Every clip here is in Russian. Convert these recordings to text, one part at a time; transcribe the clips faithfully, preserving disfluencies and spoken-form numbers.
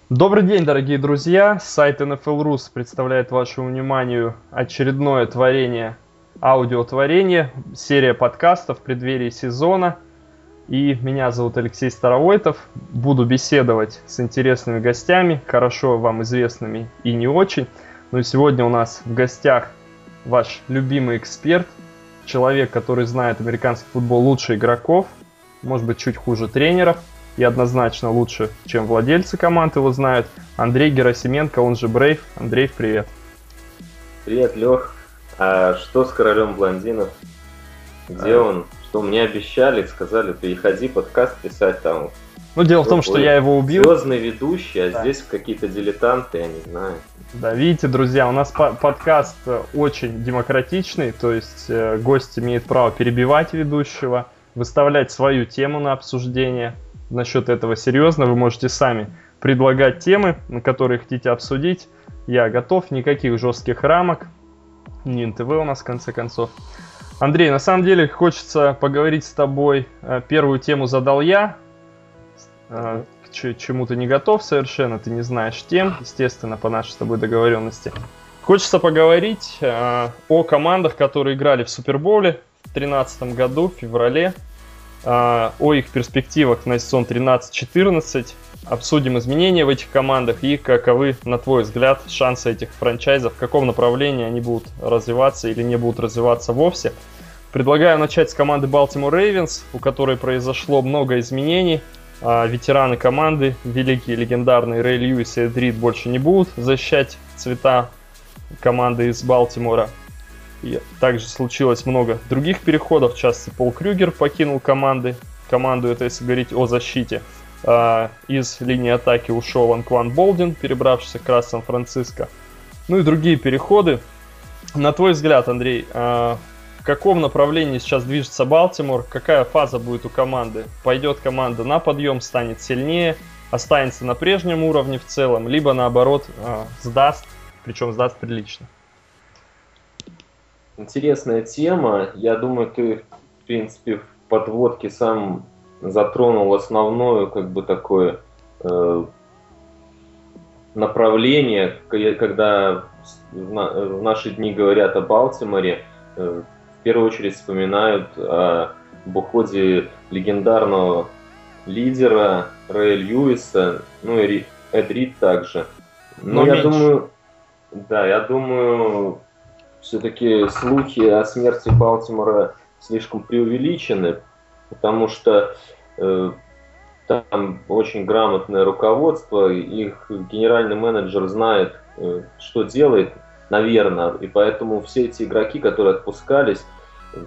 Добрый день, дорогие друзья! Сайт эн эф эл точка рус представляет вашему вниманию очередное творение, аудиотворение, серия подкастов в преддверии сезона. И меня зовут Алексей Старовойтов. Буду беседовать с интересными гостями, хорошо вам известными и не очень. Но сегодня у нас в гостях ваш любимый эксперт, человек, который знает американский футбол лучше игроков, может быть, чуть хуже тренеров, и однозначно лучше, чем владельцы команд его знают. Андрей Герасименко, он же Брейв. Андрей, привет. Привет, Лех. А что с королем блондинов? Где а... он? Что мне обещали, сказали, переходи подкаст писать там. Ну, дело в том, что я его убил. Звездный ведущий, а да. Здесь какие-то дилетанты, я не знаю. Да, видите, друзья, у нас по- подкаст очень демократичный, то есть э, гость имеет право перебивать ведущего, выставлять свою тему на обсуждение. Насчет этого серьезно, вы можете сами предлагать темы, на которые хотите обсудить. Я готов, никаких жестких рамок. Не эн тэ вэ у нас, в конце концов. Андрей, на самом деле хочется поговорить с тобой. Первую тему задал я. К чему ты не готов совершенно, ты не знаешь тем, естественно, по нашей с тобой договоренности. Хочется поговорить о командах, которые играли в Супербоуле в две тысячи тринадцатом году, в феврале. О их перспективах на сезон тринадцать-четырнадцать. Обсудим изменения в этих командах и каковы, на твой взгляд, шансы этих франчайзов, в каком направлении они будут развиваться или не будут развиваться вовсе. Предлагаю начать с команды Baltimore Ravens, у которой произошло много изменений. Ветераны команды, великие легендарные Рэй Льюис и Эд Рид, больше не будут защищать цвета команды из Балтимора. И также случилось много других переходов. В частности, Пол Крюгер покинул команды. Команду, это если говорить о защите. А, из линии атаки ушел Анкван Болдин, перебравшийся как раз в Сан-Франциско. Ну и другие переходы. На твой взгляд, Андрей, а, в каком направлении сейчас движется Балтимор? Какая фаза будет у команды? Пойдет команда на подъем, станет сильнее, останется на прежнем уровне в целом, либо наоборот а, сдаст, причем сдаст прилично? Интересная тема. Я думаю, ты, в принципе, в подводке сам затронул основное, как бы такое э, направление, когда в, на, в наши дни говорят о Балтиморе, э, в первую очередь вспоминают о, об уходе легендарного лидера Рэя Льюиса, ну и Эд Рид также. Но, Но я меньше. думаю, да, я думаю. Все-таки слухи о смерти Балтимора слишком преувеличены, потому что э, там очень грамотное руководство, их генеральный менеджер знает, э, что делает, наверное, и поэтому все эти игроки, которые отпускались, э,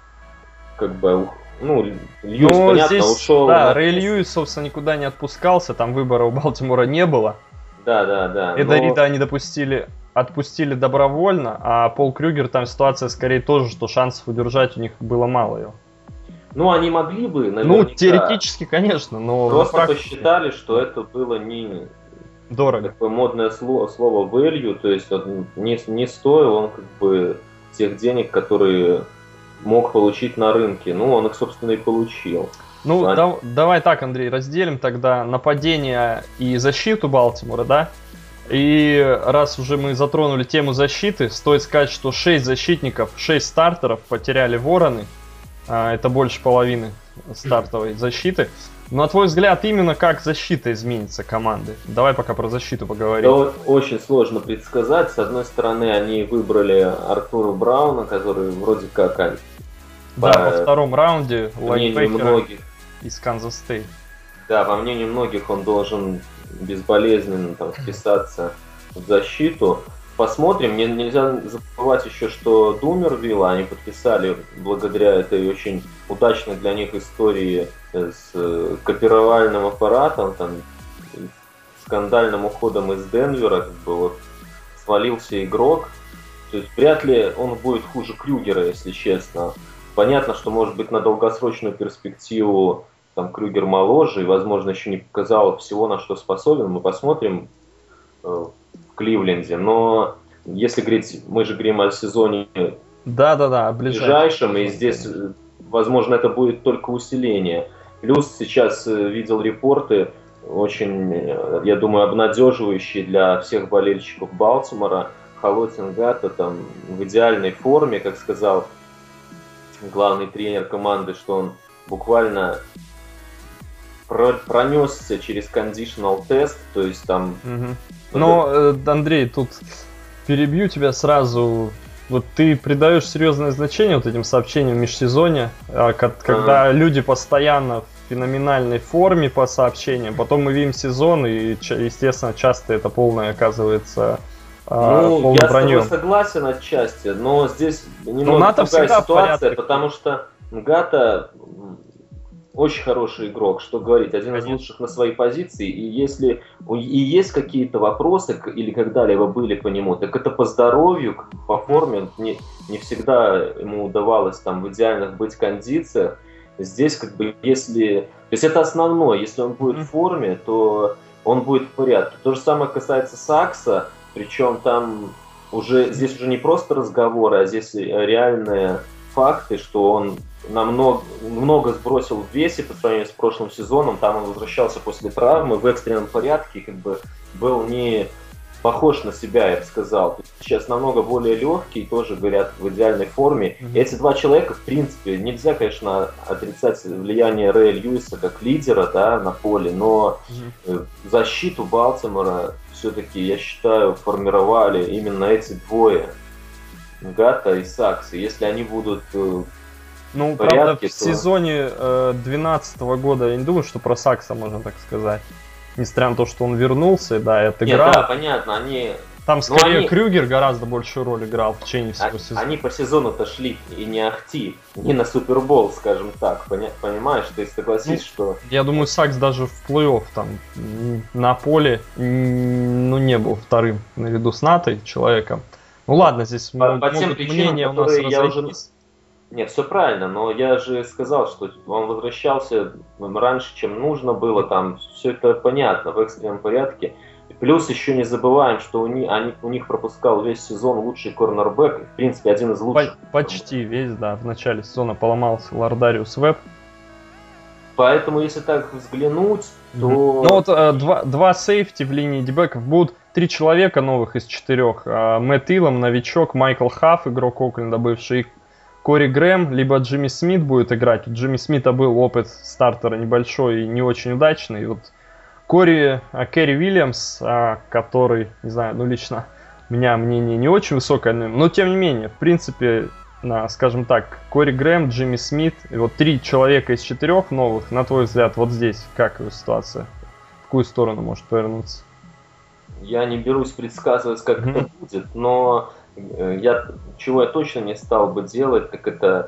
как бы, ну, Льюис, ну, понятно, здесь, ушел. Да, на... Рэй Льюис, собственно, никуда не отпускался, там выбора у Балтимора не было. Да, да, да. Эда но... Рида они допустили... отпустили добровольно, а Пол Крюгер, там ситуация скорее тоже, что шансов удержать у них было мало его. Ну, они могли бы, наверняка. Ну, теоретически, конечно, но... Просто практике... посчитали, что это было не... Дорого. Такое модное слово, слово value, то есть он не, не стоил он как бы тех денег, которые мог получить на рынке. Ну, он их, собственно, и получил. Ну, а... да, давай так, Андрей, разделим тогда нападение и защиту Балтимора, да? И раз уже мы затронули тему защиты, стоит сказать, что шесть защитников, шесть стартеров потеряли Вороны. Это больше половины стартовой защиты. На твой взгляд, именно как защита изменится команды? Давай пока про защиту поговорим. Да, вот очень сложно предсказать. С одной стороны, они выбрали Артура Брауна, который вроде как... Да, по... во втором раунде лайнбекера из Канзас Стейт. Да, по мнению многих, он должен безболезненно там вписаться в защиту. Посмотрим. Мне нельзя забывать еще, что Думервилла они подписали благодаря этой очень удачной для них истории с копировальным аппаратом, там, скандальным уходом из Денвера, как бы вот свалился игрок. То есть вряд ли он будет хуже Крюгера, если честно. Понятно, что может быть на долгосрочную перспективу там Крюгер моложе и, возможно, еще не показал всего, на что способен. Мы посмотрим э, в Кливленде. Но если говорить, мы же говорим о сезоне да, да, да, ближайшем, и здесь, возможно, это будет только усиление. Плюс сейчас э, видел репорты, очень, я думаю, обнадеживающий для всех болельщиков Балтимора. Халoti Ngata там в идеальной форме, как сказал главный тренер команды, что он буквально пронесся через conditional тест, то есть там... Угу. Но, Андрей, тут перебью тебя сразу. Вот ты придаешь серьезное значение вот этим сообщениям в межсезонье, когда ага. люди постоянно в феноменальной форме по сообщениям, потом мы видим сезон, и, естественно, часто это полное оказывается ну, я бронем. С тобой согласен отчасти, но здесь немного другая ситуация, потому что Ngata очень хороший игрок, что говорить, один Конечно. из лучших на своей позиции, и если и есть какие-то вопросы или когда-либо были по нему, так это по здоровью, по форме, не, не всегда ему удавалось там в идеальных быть кондициях. Здесь как бы если... То есть это основное, если он будет в форме, то он будет в порядке. То же самое касается Сакса, причем там уже, здесь уже не просто разговоры, а здесь реальные факты, что он намного много сбросил в весе по сравнению с прошлым сезоном. Там он возвращался после травмы в экстренном порядке, как бы был не похож на себя, я бы сказал. Сейчас намного более легкий, тоже говорят в идеальной форме. Mm-hmm. Эти два человека, в принципе, нельзя, конечно, отрицать влияние Рэя Льюиса как лидера, да, на поле, но mm-hmm. защиту Балтимора все-таки, я считаю, формировали именно эти двое, Ngata и Сакс. Если они будут Ну, в порядке, правда, в то... сезоне двенадцатого года я не думаю, что про Сакса можно так сказать. Несмотря на то, что он вернулся, да, это Нет, игра. да, понятно, они... Там скорее они... Крюгер гораздо большую роль играл в течение всего а, сезона. Они по сезону-то шли и не ахти, не на Супербол, скажем так. Поня... Понимаешь, ты согласись, ну, что... Я думаю, Сакс даже в плей-офф там на поле ну, не был вторым наряду с Натой человеком. Ну ладно, здесь по, по тем причинам, мнения у нас я уже... Нет, все правильно, но я же сказал, что он возвращался раньше, чем нужно было, там все это понятно, в экстренном порядке. Плюс еще не забываем, что у них, они, у них пропускал весь сезон лучший корнербэк, в принципе, один из лучших. Почти весь, да, в начале сезона поломался Лардариус Веб. Поэтому, если так взглянуть, то... Ну вот э, два, два сейфти в линии дебеков будут три человека новых из четырех. Э, Мэтт Илом, новичок, Майкл Хафф, игрок Окленда бывший, Кори Грэм, либо Джимми Смит будет играть. У Джимми Смита был опыт стартера небольшой и не очень удачный. Вот Кори, а, Керри Уильямс, а, который, не знаю, ну лично у меня мнение не очень высокое, но тем не менее, в принципе, на, скажем так, Кори Грэм, Джимми Смит, и вот три человека из четырех новых, на твой взгляд, вот здесь, как его ситуация? В какую сторону может повернуться? Я не берусь предсказывать, как mm-hmm. это будет, но я, чего я точно не стал бы делать, так это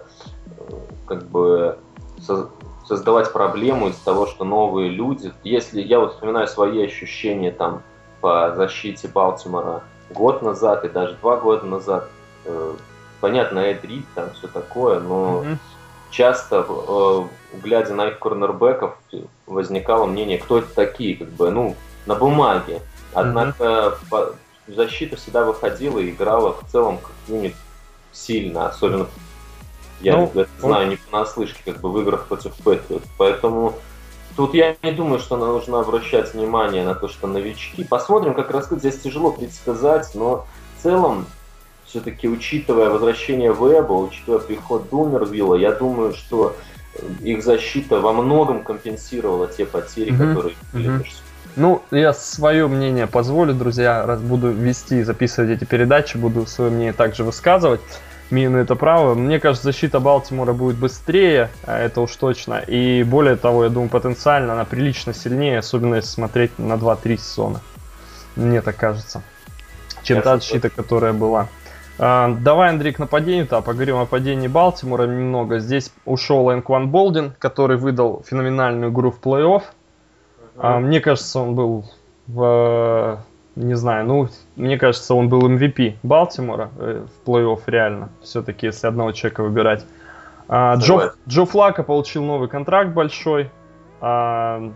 как бы со, создавать проблему из того, что новые люди, если я вот вспоминаю свои ощущения там по защите Балтимора год назад и даже два года назад, э, понятно, Эд Рид, там все такое, но mm-hmm. часто, э, глядя на их корнербэков, возникало мнение, кто это такие, как бы, ну, на бумаге. Однако mm-hmm. по, защита всегда выходила и играла в целом как-нибудь сильно, особенно я ну, это знаю не понаслышке, как бы в играх против Патриот. Поэтому тут я не думаю, что нужно обращать внимание на то, что новички. Посмотрим, как раскрыть. Здесь тяжело предсказать, но в целом, все-таки учитывая возвращение Веба, учитывая приход Думервилла, я думаю, что их защита во многом компенсировала те потери, mm-hmm. которые были. Mm-hmm. Ну, я свое мнение позволю, друзья, раз буду вести, записывать эти передачи, буду свое мнение также высказывать. Мину это право. Мне кажется, защита Балтимора будет быстрее, это уж точно. И более того, я думаю, потенциально она прилично сильнее, особенно если смотреть на два-три сезона. Мне так кажется. Чем та защита, которая была. А, давай, Андрей, к нападению-то, поговорим о падении Балтимора немного. Здесь ушел Энкван Болдин, который выдал феноменальную игру в плей-офф. А, мне кажется, он был в, не знаю, ну, мне кажется, он был эм ви пи Балтимора э, в плей-офф реально, все-таки, если одного человека выбирать. А, Джо, Джо Флако получил новый контракт большой. А,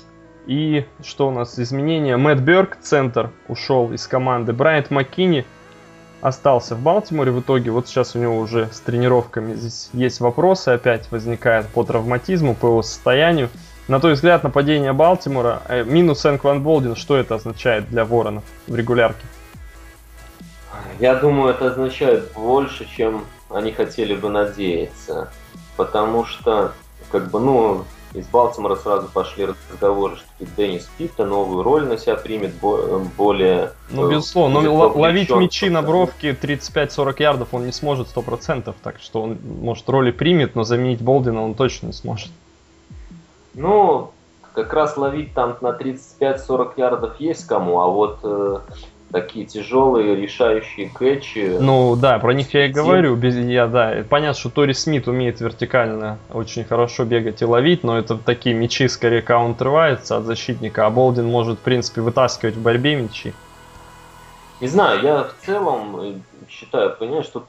и что у нас изменения? Мэтт Бёрк, центр, ушел из команды. Брайант Маккини остался в Балтиморе в итоге. Вот сейчас у него уже с тренировками здесь есть вопросы, опять возникают по травматизму, по его состоянию. На твой взгляд, нападение Балтимора, э, минус Энкван Болдин, что это означает для Воронов в регулярке? Я думаю, это означает больше, чем они хотели бы надеяться. Потому что, как бы, ну, из Балтимора сразу пошли разговоры, что Деннис Питта новую роль на себя примет, более... Ну, безусловно, но ловить мячи на бровке тридцать пять сорок ярдов он не сможет сто процентов, так что он, может, роли примет, но заменить Болдина он точно не сможет. Ну, как раз ловить там на тридцать пять сорок ярдов есть кому, а вот э, такие тяжелые решающие кэтчи... Ну да, про них я и говорю. Без, я, да, понятно, что Тори Смит умеет вертикально очень хорошо бегать и ловить, но это такие мячи скорее каунтерваются от защитника, а Болдин может, в принципе, вытаскивать в борьбе мячи. Не знаю, я в целом считаю, понимаешь, тут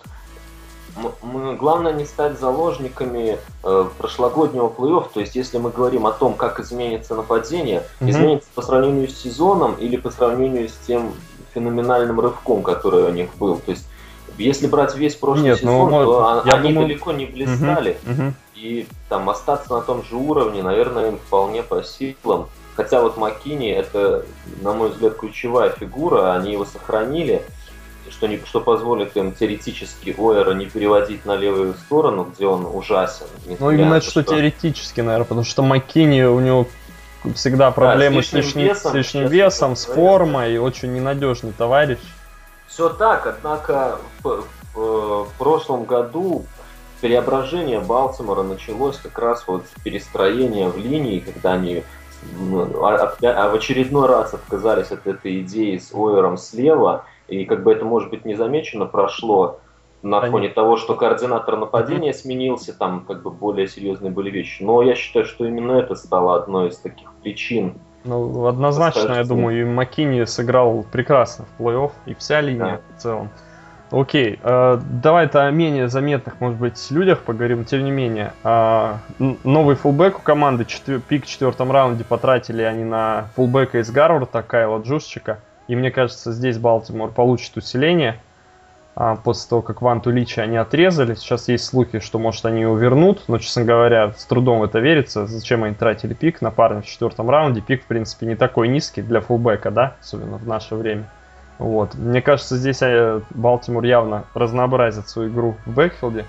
мы, главное не стать заложниками э, прошлогоднего плей-офф. То есть, если мы говорим о том, как изменится нападение, mm-hmm. изменится по сравнению с сезоном или по сравнению с тем феноменальным рывком, который у них был. То есть, если брать весь прошлый Нет, сезон, ну, то я они думаю... далеко не блистали. Mm-hmm. Mm-hmm. И там остаться на том же уровне, наверное, им вполне по силам. Хотя вот Маккини — это, на мой взгляд, ключевая фигура, они его сохранили. Что, не, что позволит им теоретически Ойера не переводить на левую сторону, где он ужасен. Ну, именно что, что теоретически, наверное, потому что Маккини, у него всегда проблемы да, с лишним, с лишним весом, с, лишним весом, с формой, и очень ненадежный товарищ. Все так, однако в, в, в прошлом году преображение Балтимора началось как раз вот с перестроения в линии, когда они а, а в очередной раз отказались от этой идеи с Ойером слева. И как бы это, может быть, незамеченно прошло на Они... фоне того, что координатор нападения mm-hmm. сменился, там как бы более серьезные были вещи. Но я считаю, что именно это стало одной из таких причин. Ну, однозначно, я думаю, и Маккини сыграл прекрасно в плей-офф, и вся линия да. в целом. Окей, э, давай-то о менее заметных, может быть, людях поговорим. Тем не менее, э, новый фулбэк у команды, четвер- пик в четвертом раунде потратили они на фулбэка из Гарварда, Кайла Джушчика. И мне кажется, здесь Балтимор получит усиление а, после того, как Ванту Личи они отрезали. Сейчас есть слухи, что, может, они его вернут. Но, честно говоря, с трудом в это верится. Зачем они тратили пик на парня в четвертом раунде? Пик, в принципе, не такой низкий для фулбэка, да? Особенно в наше время. Вот. Мне кажется, здесь Балтимор явно разнообразит свою игру в бэкфилде.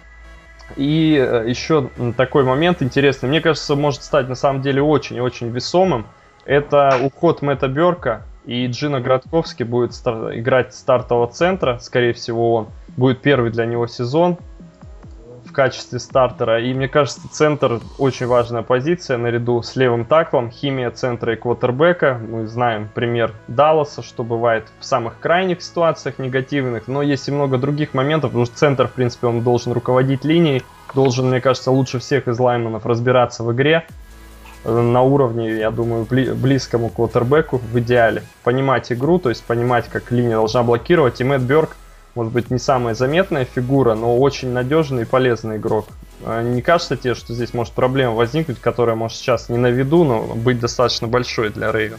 И еще такой момент интересный. Мне кажется, может стать на самом деле очень-очень весомым. Это уход Мэтта Бёрка. И Джино Градковский будет стар- играть стартового центра, скорее всего он. Будет первый для него сезон в качестве стартера. И мне кажется, центр очень важная позиция наряду с левым таклом. Химия центра и квотербека. Мы знаем пример Далласа, что бывает в самых крайних ситуациях негативных. Но есть и много других моментов, потому что центр, в принципе, он должен руководить линией. Должен, мне кажется, лучше всех из лайнменов разбираться в игре. На уровне, я думаю, близкому к квотербеку в идеале. Понимать игру, то есть понимать, как линия должна блокировать. И Мэтт Бёрк, может быть, не самая заметная фигура, но очень надежный и полезный игрок. Не кажется тебе, что здесь может проблема возникнуть, которая, может, сейчас не на виду, но быть достаточно большой для Рейвенс?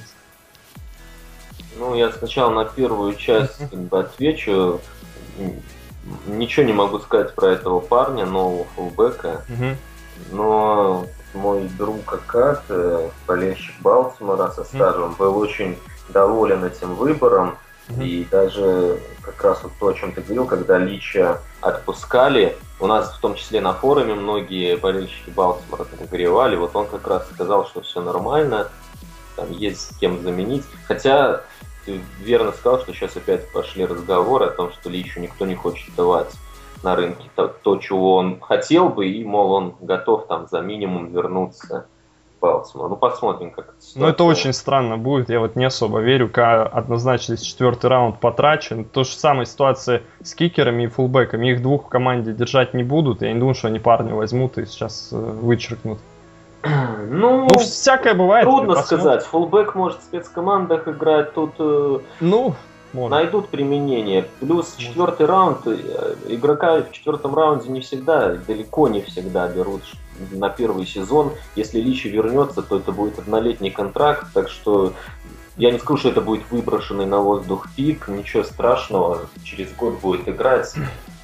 Ну, я сначала на первую часть как бы отвечу. Ничего не могу сказать про этого парня, нового фулбэка. Uh-huh. Но мой друг Акад, болельщик Балтимора со стажем, mm-hmm. был очень доволен этим выбором. Mm-hmm. И даже как раз вот то, о чем ты говорил, когда Лича отпускали, у нас в том числе на форуме многие болельщики Балтимора там горевали, вот он как раз сказал, что все нормально, там есть с кем заменить. Хотя ты верно сказал, что сейчас опять пошли разговоры о том, что Личу никто не хочет давать на рынке то, то, чего он хотел бы, и, мол, он готов там за минимум вернуться в Балтимор. Ну, посмотрим, как это ситуация. Ну, это очень странно будет, я вот не особо верю, как однозначно здесь четвертый раунд потрачен. То же самое ситуация с кикерами и фулбэками, их двух в команде держать не будут, я не думаю, что они парня возьмут и сейчас э, вычеркнут. Ну, ну, всякое бывает. Трудно сказать, фулбэк может в спецкомандах играть, тут... Э... Ну... Может. Найдут применение. Плюс четвертый раунд, игрока в четвертом раунде не всегда, далеко не всегда берут на первый сезон. Если Личи вернется, то это будет однолетний контракт, так что я не скажу, что это будет выброшенный на воздух пик, ничего страшного, через год будет играть.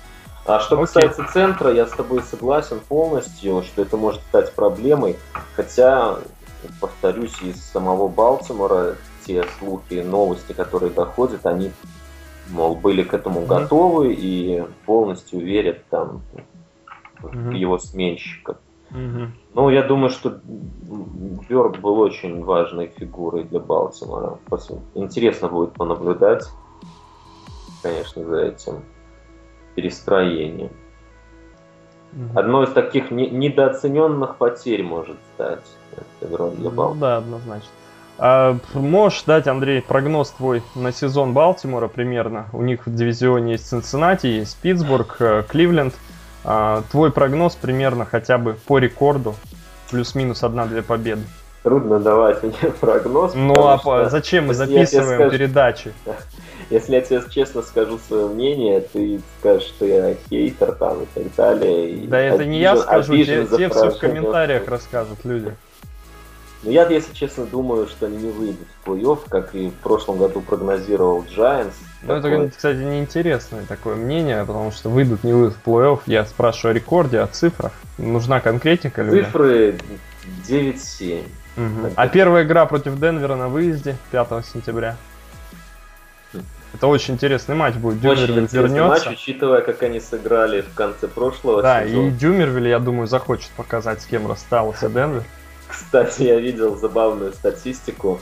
А что Окей. касается центра, я с тобой согласен полностью, что это может стать проблемой. Хотя, повторюсь, из самого Балтимора те слухи, новости, которые доходят, они, мол, были к этому mm-hmm. готовы и полностью верят там mm-hmm. в его сменщиков. Mm-hmm. Ну, я думаю, что Бёрк был очень важной фигурой для Балтимора. Интересно будет понаблюдать, конечно, за этим перестроением. Mm-hmm. Одной из таких не- недооцененных потерь может стать эта игра для Балтимора. Ну да, однозначно. А можешь дать, Андрей, прогноз твой на сезон Балтимора примерно? У них в дивизионе есть Цинциннати, есть Питтсбург, Кливленд. А, твой прогноз примерно хотя бы по рекорду, плюс-минус одна-две победы. Трудно давать мне прогноз. Ну а что, зачем мы записываем скажу, передачи? Если я тебе честно скажу свое мнение, ты скажешь, что я хейтер там и так далее. Да это не я скажу, те, те все в комментариях расскажут люди. Ну я, если честно, думаю, что они не выйдут в плей-офф, как и в прошлом году прогнозировал Giants. Ну это, кстати, неинтересное такое мнение, потому что выйдут, не выйдут в плей-офф. Я спрашиваю о рекорде, о цифрах. Нужна конкретика людям. Цифры девять семь. Угу. А первая игра против Денвера на выезде пятого сентября. Это очень интересный матч будет. Дюмервиль вернется. Матч, учитывая, как они сыграли в конце прошлого да, сезона. И Дюмервиль, я думаю, захочет показать, с кем расстался Денвер. Кстати, я видел забавную статистику.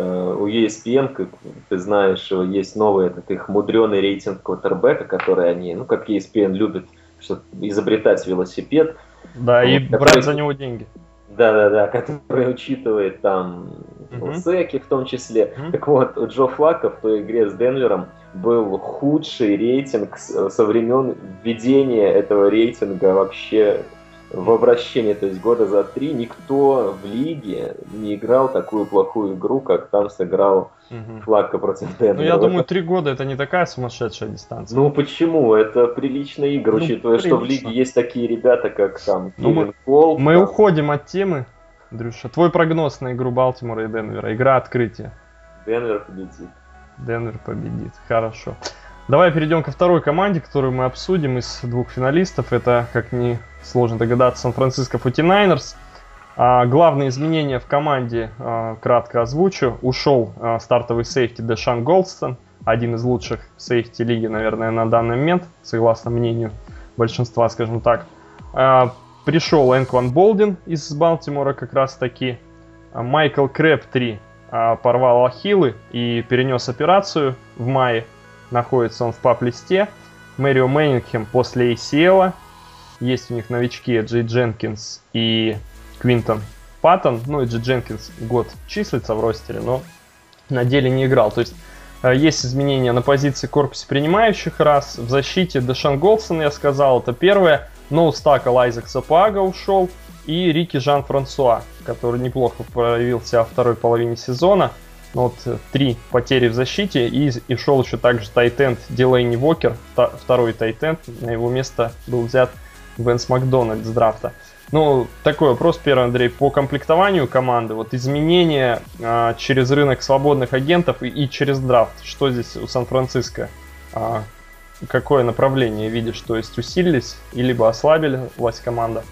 У и эс пи эн, как ты знаешь, есть новый этот их мудреный рейтинг квотербека, который они, ну, как и эс пи эн любит, что изобретать велосипед. Да, вот, и который... брать за него деньги. Да-да-да, который учитывает там uh-huh. секи в том числе. Uh-huh. Так вот, у Джо Флака в той игре с Денвером был худший рейтинг со времен введения этого рейтинга вообще в обращении, то есть года за три. Никто в лиге не играл такую плохую игру, как там сыграл uh-huh. Флака против Денвера. Ну, я думаю, три года это не такая сумасшедшая дистанция. Ну, почему? Это приличная игра, ну, учитывая, прилично. Что в лиге есть такие ребята, как там ну, Кевин Колл. Мы там. уходим от темы, Андрюша. Твой прогноз на игру Балтимора и Денвера. Игра открытия. Денвер победит. Денвер победит. Хорошо. Давай перейдем ко второй команде, которую мы обсудим из двух финалистов. Это, как не сложно догадаться, Сан-Франциско форти найнерс. А, главные изменения в команде а, кратко озвучу. Ушел а, стартовый сейфти Дэшан Голдстон, один из лучших сейфти лиги, наверное, на данный момент, согласно мнению большинства, скажем так. А, пришел Энкван Болдин из Балтимора как раз таки. А, Майкл Крэбтри а, порвал ахиллы и перенес операцию в мае. Находится он в пап-листе. Мэрио Мэннингхэм после эй си эл. Есть у них новички Джей Дженкинс и Квинтон Паттон. Ну и Джей Дженкинс год числится в ростере, но на деле не играл. То есть есть изменения на позиции корпуса принимающих раз. В защите Дэшан Голдстон, я сказал, это первое. Ноустакл Айзек Сапуага ушел. И Рики Жан-Франсуа, который неплохо проявил себя во второй половине сезона. Вот три потери в защите, и, и шел еще также тайтенд Дилейни Уокер, второй тайтенд, на его место был взят Венс Макдональд с драфта. Ну, такой вопрос первый, Андрей, по комплектованию команды, вот изменения а, через рынок свободных агентов и, и через драфт, что здесь у Сан-Франциско, а, какое направление видишь, то есть усилились, и либо ослабилась команда?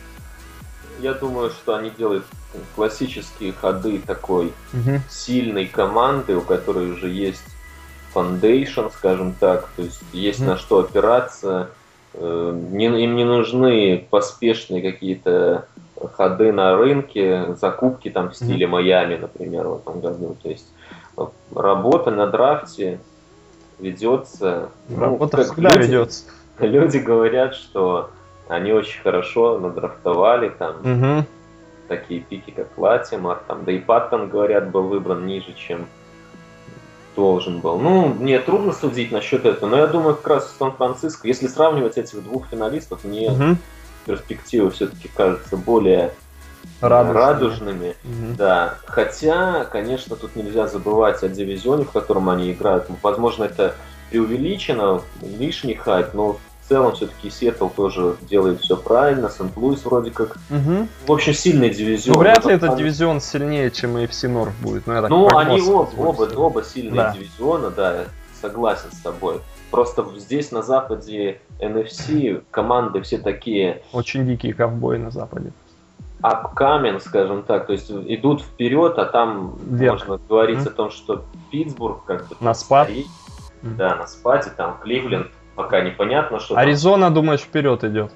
Я думаю, что они делают классические ходы такой угу. сильной команды, у которой уже есть фондейшн, скажем так, то есть есть угу. на что опираться. Не, им не нужны поспешные какие-то ходы на рынке, закупки там в стиле угу. Майами, например, в этом году. То есть работа на драфте ведется. Работа ну, всегда люди, ведется. Люди говорят, что они очень хорошо надрафтовали там. Угу. Такие пики, как Латимор, там, да и Паттон, говорят, был выбран ниже, чем должен был. Ну, мне трудно судить насчет этого, но я думаю, как раз в Сан-Франциско, если сравнивать этих двух финалистов, мне угу. перспективы все-таки кажутся более радужными. радужными. Угу. Да. Хотя, конечно, тут нельзя забывать о дивизионе, в котором они играют. Возможно, это преувеличено, лишний хайп, но в целом все-таки Сиэтл тоже делает все правильно, Сент-Луис вроде как. Угу. В общем, сильный дивизион. Ну, вряд ли этот дивизион сильнее, чем эф си Норф будет. Ну, я так ну они оба, оба, оба сильные да. дивизиона, да. согласен с тобой. Просто здесь на Западе эн эф си команды все такие... Очень дикие ковбои на Западе. Upcoming, скажем так, то есть идут вперед, а там Вверх. можно говорить Mm. о том, что Питтсбург как бы На спад. стоит. Mm. Да, на спаде, там Кливленд, пока непонятно, что Аризона, там... думаешь, вперед идет?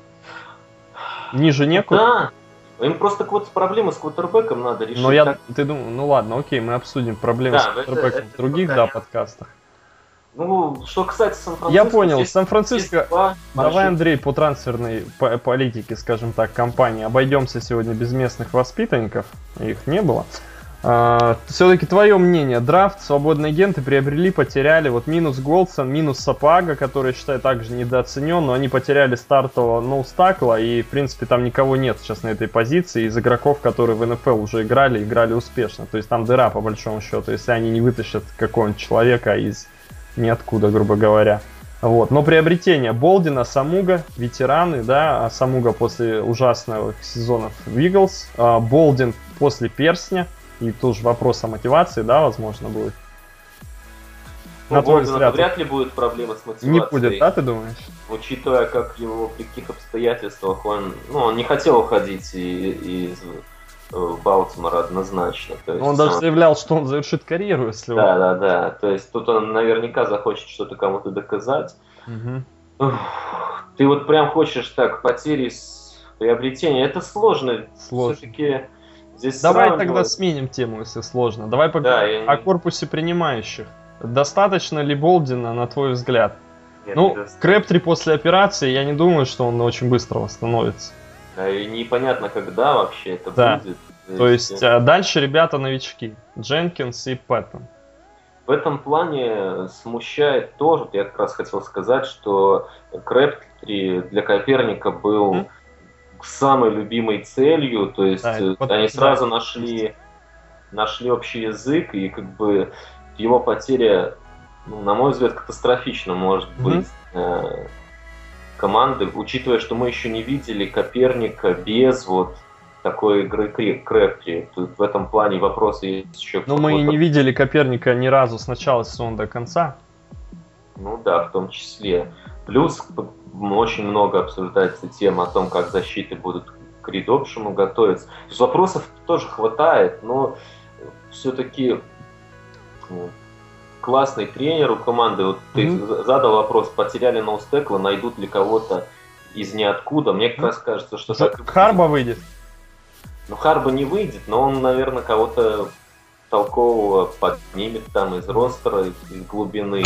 Ниже некуда? Да, им просто какую-то проблему с квотербеком надо решить. Но я, так... ты думаешь, ну ладно, окей, мы обсудим проблемы да, с квотербеком это, в других, это да, подкастах. Ну, что касается Сан-Франциско... Я понял, Сан-Франциско... Давай, больших... Андрей, по трансферной по политике, скажем так, компании обойдемся сегодня без местных воспитанников, их не было. А, все-таки твое мнение, драфт, свободные агенты приобрели, потеряли, вот минус Голдсон, минус Сапага, который, я считаю, также недооценен, но они потеряли стартового ноустакла, и, в принципе, там никого нет сейчас на этой позиции из игроков, которые в эн эф эл уже играли, играли успешно. То есть там дыра, по большому счету, если они не вытащат какого-нибудь человека из... ниоткуда, грубо говоря. Вот. Но приобретение Болдина, Самуга, ветераны, да, а Самуга после ужасных сезонов в Иглс, а Болдин после перстня, и тоже вопрос о мотивации, да, возможно, будет. Ну, на твой взгляд, вряд ли будет проблема с мотивацией. Не будет, да, ты думаешь? Учитывая, как его, при каких обстоятельствах он, ну, он не хотел уходить из Балтимора однозначно. То есть, он даже заявлял, что он завершит карьеру, если да, он... Да, да, да. То есть тут он наверняка захочет что-то кому-то доказать. Угу. Ты вот прям хочешь так, потери с приобретения. Это сложно. Сложно. Все-таки здесь Давай сравнивать... тогда сменим тему, если сложно. Давай поговорим да, о корпусе принимающих. Достаточно ли Болдина, на твой взгляд? Нет, ну, Крэптри после операции, я не думаю, что он очень быстро восстановится. Да, и непонятно, когда вообще это да. будет. То есть а дальше ребята новички. Дженкинс и Пэттон. В этом плане смущает тоже, я как раз хотел сказать, что Крэптри для Коперника был mm. самой любимой целью, то есть да, они сразу да. нашли, нашли общий язык, и как бы его потеря, ну, на мой взгляд, катастрофично может mm-hmm. быть э, команды, учитывая, что мы еще не видели Коперника без вот такой игры Крэптри. Тут в этом плане вопросы есть еще. Но мы и не видели Коперника ни разу с начала сезона до конца. Ну да, в том числе. Плюс очень много обсуждается тема о том, как защиты будут к редопшену готовиться. Вопросов тоже хватает, но все-таки классный тренер у команды. Вот ты mm-hmm. задал вопрос, потеряли ноустекла, найдут ли кого-то из ниоткуда. Мне как раз кажется, что так... Харба выйдет. Ну, Харба не выйдет, но он, наверное, кого-то толкового поднимет там из ростера, из глубины,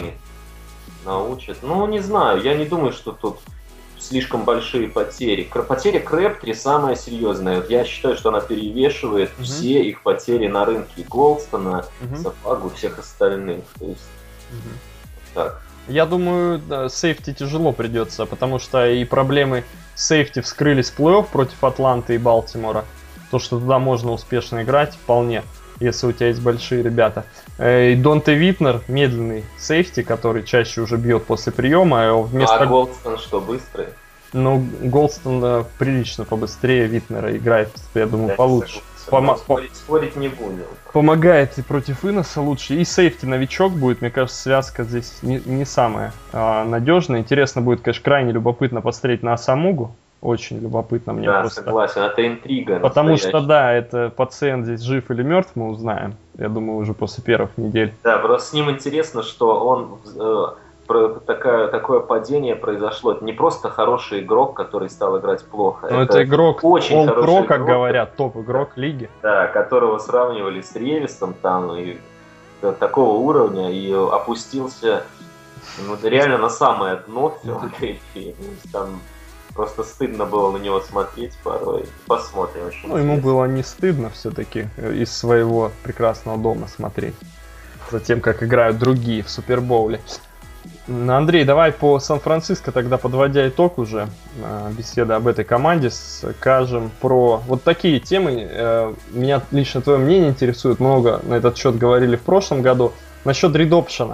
научит. Ну, не знаю, я не думаю, что тут слишком большие потери. Потеря Крэптри самая серьезная. Вот я считаю, что она перевешивает mm-hmm. все их потери на рынке. Голдстона, mm-hmm. Сапагу, всех остальных. То есть, mm-hmm. так. Я думаю, сейфти тяжело придется, потому что и проблемы сейфти вскрылись в плей-офф против Атланты и Балтимора. То, что туда можно успешно играть, вполне, если у тебя есть большие ребята. И Донте Витнер, медленный сейфти, который чаще уже бьет после приема. Вместо... А Голдстон что, быстрый? Ну, Голдстон да, прилично побыстрее Витнера играет, я думаю, я получше. Помо... Спорить, спорить не буду. Помогает и против Иноса лучше. И сейфти новичок будет, мне кажется, связка здесь не, не самая а, надежная. Интересно будет, конечно, крайне любопытно посмотреть на Самугу. Очень любопытно мне да, просто. Согласен, это интрига. Потому что, да, это пациент здесь жив или мертв, мы узнаем. Я думаю, уже после первых недель. Да, просто с ним интересно, что он э, про, такая, такое падение произошло. Это не просто хороший игрок, который стал играть плохо. Но это, это игрок, очень хороший игрок, как говорят, топ-игрок лиги. Да, которого сравнивали с Ревисом там и такого уровня, и опустился ну, реально на самое дно в Филадельфии. Там просто стыдно было на него смотреть порой. Посмотрим. Очень ну, ему было не стыдно все-таки из своего прекрасного дома смотреть. За тем, как играют другие в Супербоуле. Андрей, давай по Сан-Франциско тогда, подводя итог уже беседы об этой команде, скажем про вот такие темы. Меня лично твое мнение интересует. Много на этот счет говорили в прошлом году. Насчет редопшена.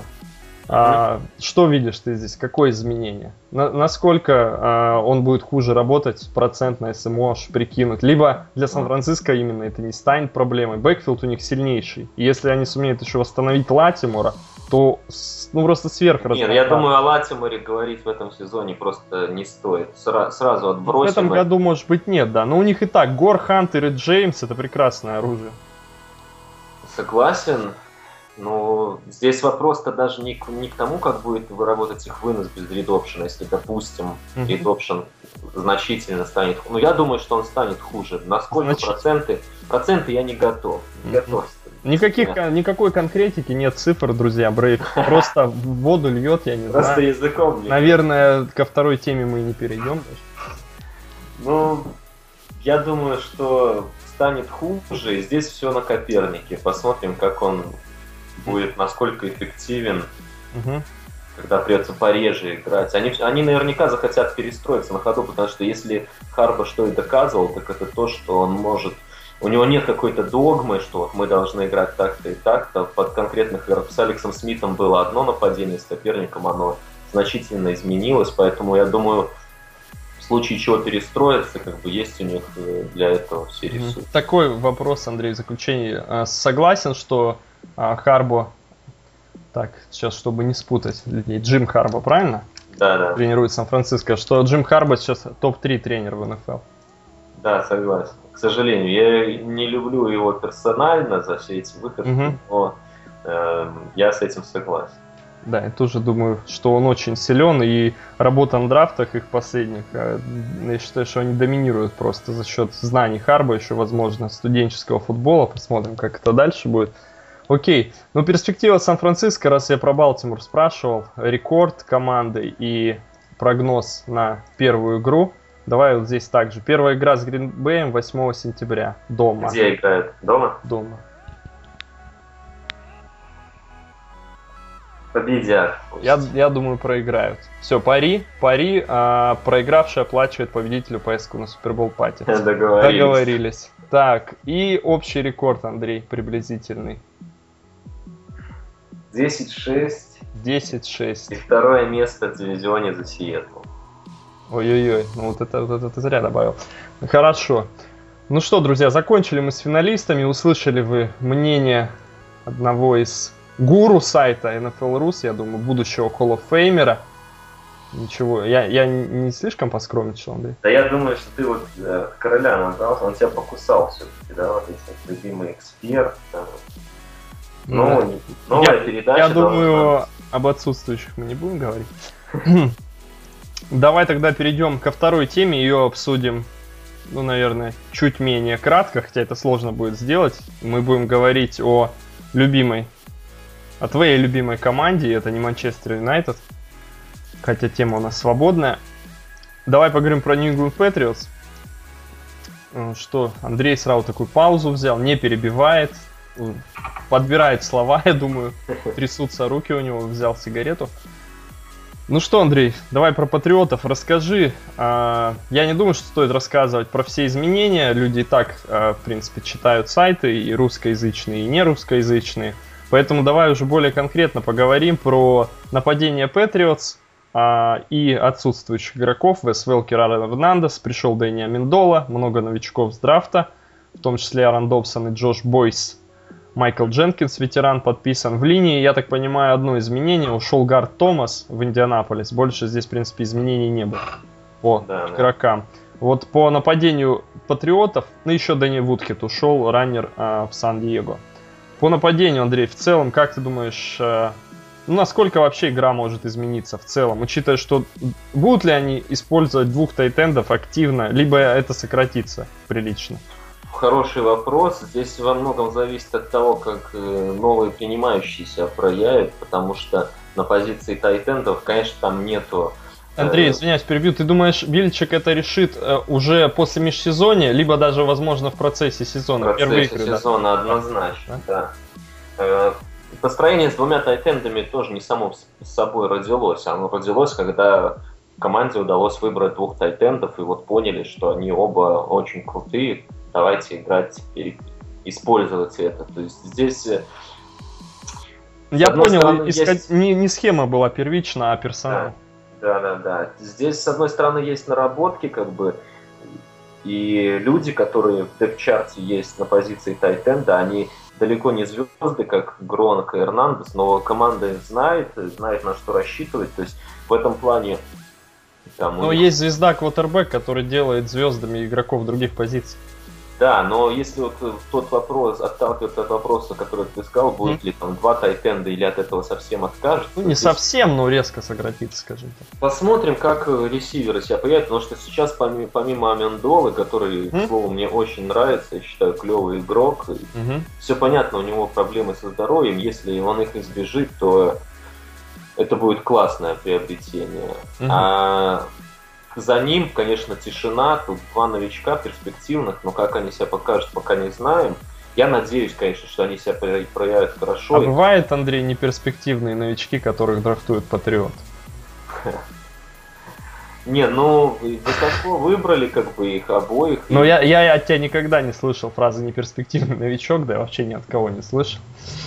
А, что видишь ты здесь? Какое изменение? На, насколько а, он будет хуже работать процентно, если можешь прикинуть? Либо для Сан-Франциско именно это не станет проблемой. Бэкфилд у них сильнейший. И если они сумеют еще восстановить Латимора, то ну просто сверх Нет, я думаю, о Латиморе говорить в этом сезоне просто не стоит. Сра- сразу отбросим. В этом году, может быть, нет, да. Но у них и так Гор, Хантер и Джеймс — это прекрасное оружие. Согласен. Но здесь вопрос-то даже не к, не к тому, как будет выработать их вынос без редопшена, если, допустим, uh-huh. редопшен значительно станет... Ну, я думаю, что он станет хуже. На сколько Значит... проценты? Проценты я не готов. Не uh-huh. готов. Никаких, никакой конкретики, нет цифр, друзья. Брейк просто в воду льет, я не просто знаю. Просто языком. Наверное, ко второй теме мы и не перейдем. Ну, я думаю, что станет хуже. Здесь все на Копернике. Посмотрим, как он будет, насколько эффективен, угу. когда придется пореже играть. Они, они наверняка захотят перестроиться на ходу, потому что если Харбо что и доказывал, так это то, что он может... У него нет какой-то догмы, что вот мы должны играть так-то и так-то. Под конкретных играх с Алексом Смитом было одно нападение, с Коперником оно значительно изменилось, поэтому я думаю, в случае чего перестроиться, как бы есть у них для этого все ресурсы. Такой вопрос, Андрей, в заключение. Согласен, что Харбо, так, сейчас, чтобы не спутать людей, Джим Харбо, правильно? Да, да. Тренирует Сан-Франциско, что Джим Харбо сейчас топ три тренер в эн эф эл. Да, согласен. К сожалению, я не люблю его персонально за все эти выходы, угу. но э, я с этим согласен. Да, я тоже думаю, что он очень силен, и работа на драфтах их последних, я считаю, что они доминируют просто за счет знаний Харбо, еще, возможно, студенческого футбола. Посмотрим, как это дальше будет. Окей, ну перспектива Сан-Франциско, раз я про Балтимор спрашивал, рекорд команды и прогноз на первую игру. Давай вот здесь также. Первая игра с Грин-Бэем восьмого сентября. Дома. Где играют? Дома? Дома. Победят. Я, я думаю, проиграют. Все, пари, пари. А, проигравший оплачивает победителю поездку на Супербол пати. Договорились. Договорились. Так, и общий рекорд, Андрей, приблизительный. десять шесть. десять шесть. И второе место в дивизионе за Сиэтл. Ой-ой-ой, ну вот это, вот это ты зря добавил. Хорошо. Ну что, друзья, закончили мы с финалистами. Услышали вы мнение одного из гуру сайта эн эф эл Rus, я думаю, будущего Hall of Famer'а. Ничего, я, я не слишком поскромничал, Андрей? Да я думаю, что ты вот э, короля назвал, он тебя покусал все-таки, да, вот эти любимый эксперт. Да. Ну, да. Новая я, передача. Я думаю, должна... об отсутствующих мы не будем говорить. Давай тогда перейдем ко второй теме, ее обсудим, ну, наверное, чуть менее кратко, хотя это сложно будет сделать. Мы будем говорить о любимой, о твоей любимой команде, это не Манчестер Юнайтед, хотя тема у нас свободная. Давай поговорим про New England Patriots. Что, Андрей сразу такую паузу взял, не перебивает, подбирает слова, я думаю, трясутся руки у него, взял сигарету. Ну что, Андрей, давай про патриотов расскажи. Я не думаю, что стоит рассказывать про все изменения. Люди и так, в принципе, читают сайты, и русскоязычные, и нерусскоязычные. Поэтому давай уже более конкретно поговорим про нападение Patriots и отсутствующих игроков. Вес Велкер, Аарон Эрнандес, пришел Дэнни Амендола, много новичков с драфта, в том числе Аарон Добсон и Джош Бойс. Майкл Дженкинс, ветеран, подписан в линии. Я так понимаю, одно изменение. Ушел Гард Томас в Индианаполис. Больше здесь, в принципе, изменений не было по да, игрокам. Да. Вот по нападению Патриотов, ну еще Дэнни Вудхед ушел, раннер а, в Сан-Диего. По нападению, Андрей, в целом, как ты думаешь, а, ну, насколько вообще игра может измениться в целом? Учитывая, что будут ли они использовать двух тайтендов активно, либо это сократится прилично? Хороший вопрос. Здесь во многом зависит от того, как новые принимающие себя проявят, потому что на позиции тайтендов, конечно, там нету... Андрей, извиняюсь, перебью. Ты думаешь, Бильчик это решит уже после межсезонья, либо даже, возможно, в процессе сезона? В процессе игры, сезона, да? Однозначно, да. да. Построение с двумя тайтендами тоже не само собой родилось. Оно родилось, когда команде удалось выбрать двух тайтендов, и вот поняли, что они оба очень крутые. Давайте играть теперь, использовать это. То есть здесь... Я понял, стороны, искать... есть... не, не схема была первична, а персонал. Да, да, да, да. Здесь, с одной стороны, есть наработки, как бы, и люди, которые в депчарте есть на позиции тайтенда, они далеко не звезды, как Гронк и Эрнандес, но команда их знает, знает, на что рассчитывать. То есть в этом плане... Там, но них... есть звезда квотербэк, который делает звездами игроков других позиций. Да, но если вот тот вопрос, отталкиваться от вопроса, который ты сказал, будет mm. ли там два тайтенда или от этого совсем откажется. Ну, не здесь... совсем, но резко сократится, скажем так. Посмотрим, как ресиверы себя появят, потому что сейчас помимо, помимо Амендолы, который, mm. к слову, мне очень нравится, я считаю, клевый игрок, mm-hmm. все понятно, у него проблемы со здоровьем, если он их избежит, то это будет классное приобретение. Mm-hmm. А за ним, конечно, тишина, тут два новичка перспективных, но как они себя покажут, пока не знаем. Я надеюсь, конечно, что они себя проявят хорошо. А бывает, Андрей, неперспективные новички, которых драфтуют Патриот? Не, ну, высоко выбрали как бы их обоих. Но я, я от тебя никогда не слышал фразы «неперспективный новичок», да я вообще ни от кого не слышал.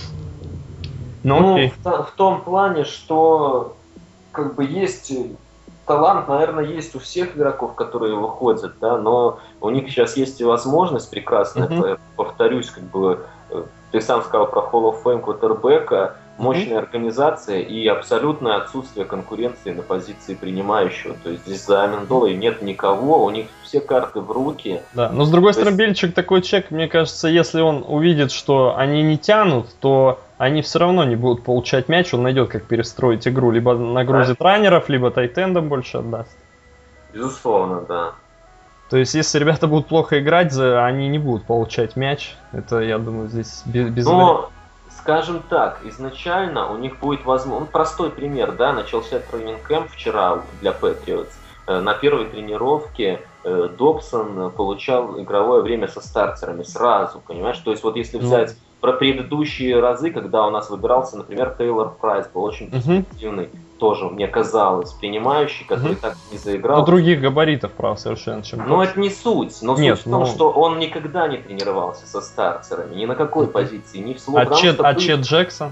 Ну, ну в, в том плане, что как бы есть... Талант, наверное, есть у всех игроков, которые выходят, да, но у них сейчас есть и возможность прекрасная, mm-hmm. повторюсь, как бы, ты сам сказал про Hall of Fame квотербека, мощная mm-hmm. организация и абсолютное отсутствие конкуренции на позиции принимающего. То есть здесь за Амендолой нет никого, у них все карты в руки. Да, но с другой то стороны, есть... Бельчик такой человек, мне кажется, если он увидит, что они не тянут, то они все равно не будут получать мяч, он найдет, как перестроить игру, либо нагрузит да. раннеров, либо тайтендом больше отдаст. Безусловно, да. То есть, если ребята будут плохо играть, они не будут получать мяч. Это, я думаю, здесь без... без... Но, скажем так, изначально у них будет возможность... Простой пример, да, начался тренинг-кэмп вчера для Patriots. На первой тренировке Добсон получал игровое время со стартерами сразу, понимаешь? То есть, вот если взять... Про предыдущие разы, когда у нас выбирался, например, Тейлор Прайс, был очень перспективный, uh-huh. тоже, мне казалось, принимающий, который uh-huh. так не заиграл. Но других габаритов, правда, совершенно. Чем но это не суть. Но Нет, суть в том, ну... что он никогда не тренировался со стартерами, ни на какой uh-huh. позиции, ни в слот. А, Чет, а Чет Джексон?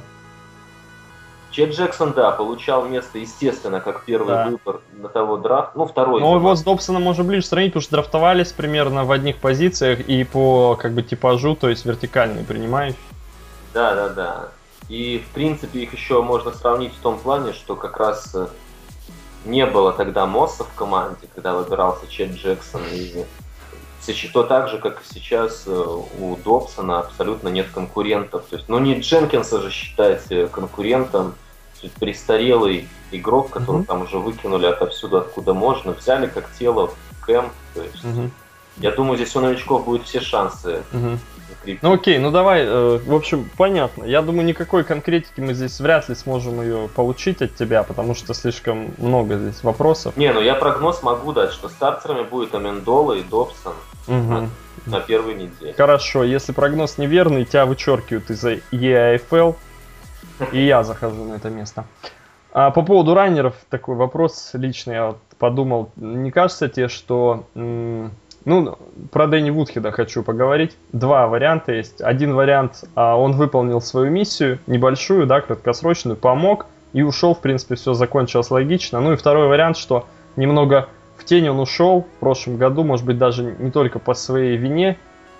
Чет Джексон, да, получал место, естественно, как первый да. выбор на того драфта. Ну, второй. Но его с Добсоном можно ближе сравнить, потому что драфтовались примерно в одних позициях и по как бы типажу, то есть вертикальный принимающий. Да, да, да. И, в принципе, их еще можно сравнить в том плане, что как раз не было тогда Мосса в команде, когда выбирался Чет Джексон. И то так же, как и сейчас у Добсона абсолютно нет конкурентов. То есть, ну, не Дженкинса же считать конкурентом. Престарелый игрок, которого mm-hmm. там уже выкинули отовсюду, откуда можно, взяли как тело в кэмп. То есть, mm-hmm. я думаю, здесь у новичков будут все шансы. Mm-hmm. Ну окей, ну давай, э, в общем, понятно. Я думаю, никакой конкретики мы здесь вряд ли сможем ее получить от тебя, потому что слишком много здесь вопросов. Не, ну я прогноз могу дать, что стартерами будет Амендола и Добсон угу. на, на первой неделе. Хорошо, если прогноз неверный, тебя вычеркивают из-за и эй эф эл, и я захожу на это место. А по поводу раннеров, такой вопрос личный, я вот подумал, не кажется тебе, что... М- Ну, про Дэнни Вудхеда хочу поговорить. Два варианта есть. Один вариант, он выполнил свою миссию, небольшую, да, краткосрочную, помог и ушел, в принципе, все закончилось логично. Ну и второй вариант, что немного в тень он ушел в прошлом году, может быть, даже не только по своей вине.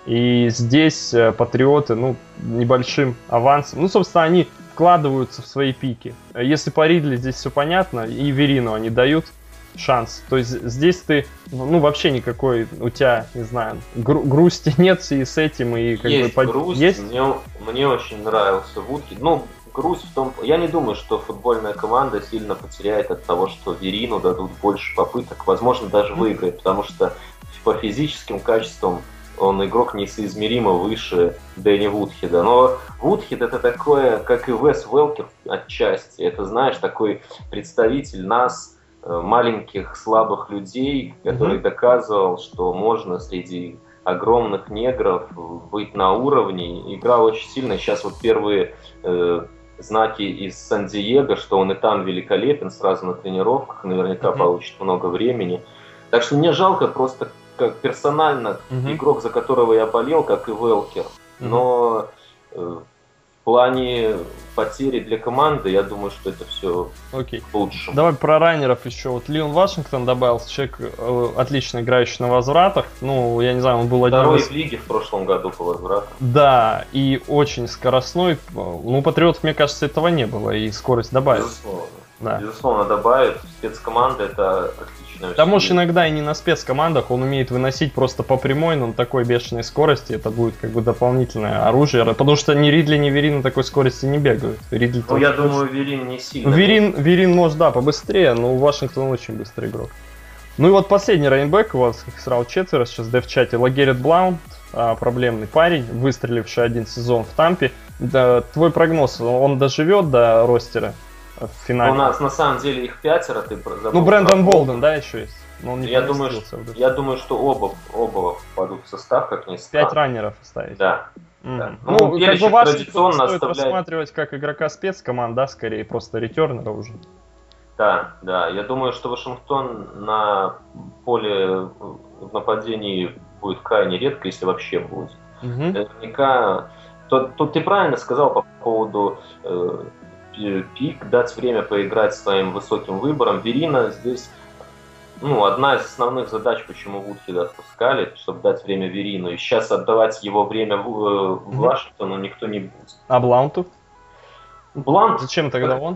И здесь Патриоты, ну, небольшим авансом, ну, собственно, они вкладываются в свои пики. Если по Ридли здесь все понятно, и Верину они дают шанс. То есть здесь ты, ну, вообще никакой у тебя, не знаю, гру- грусти нет и с этим, и как есть бы... Грусть, есть мне, мне очень нравился Вудхед. Ну, грусть в том... Я не думаю, что футбольная команда сильно потеряет от того, что Верину дадут больше попыток. Возможно, даже выиграет, потому что по физическим качествам он игрок несоизмеримо выше Дэнни Вудхеда. Но Вудхед это такое, как и Вес Велкер отчасти. Это, знаешь, такой представитель нас, маленьких, слабых людей, который mm-hmm. доказывал, что можно среди огромных негров быть на уровне. Играл очень сильно. Сейчас вот первые э, знаки из Сан-Диего, что он и там великолепен, сразу на тренировках, наверняка mm-hmm. получит много времени. Так что мне жалко просто как персонально mm-hmm. игрок, за которого я болел, как и Велкер. Mm-hmm. Но э, в плане потери для команды, я думаю, что это все Окей. к лучшему. Давай про раннеров еще. Вот Леон Вашингтон добавился, человек э, отлично играющий на возвратах. Ну, я не знаю, он был один Второй из... в лиге в прошлом году по возврату. Да, и очень скоростной. Ну, у Патриотов, мне кажется, этого не было, и скорость добавит. Безусловно. Да. Безусловно, добавит. Спецкоманда это отличная. Да, может, иногда и не на спецкомандах, он умеет выносить просто по прямой, но на такой бешеной скорости, это будет как бы дополнительное оружие, потому что ни Ридли, ни Верин на такой скорости не бегают. Ридли ну, я думаю, Верин не сильно. Верин, Верин может, да, побыстрее, но Вашингтон очень быстрый игрок. Ну и вот последний раннинбэк, у вас их сразу четверо сейчас в дев-чате. Лагерет Блаунд, проблемный парень, выстреливший один сезон в Тампе. Да, твой прогноз, он доживет до ростера в финале? У нас на самом деле их пятеро, ты забыл. Ну, Брэндон Болден, да, еще есть. Но он не я, думаю, что, я думаю, что оба, оба попадут в состав, как ни странно. Пять раннеров оставить. Да. Mm. да. Ну, ну как бы Вашингтон традиционно стоит оставляет... рассматривать как игрока спецкоманд, да, скорее, просто ретернера уже. Да, да. Я думаю, что Вашингтон на поле в нападении будет крайне редко, если вообще будет. Mm-hmm. Наверняка... Тут, тут ты правильно сказал по поводу э, пик, дать время поиграть своим высоким выбором. Верина здесь... Ну, одна из основных задач, почему Вудхеда отпускали, чтобы дать время Верину. И сейчас отдавать его время в, в Вашингтону никто не будет. А Блаунту? Блаунт? Зачем тогда он?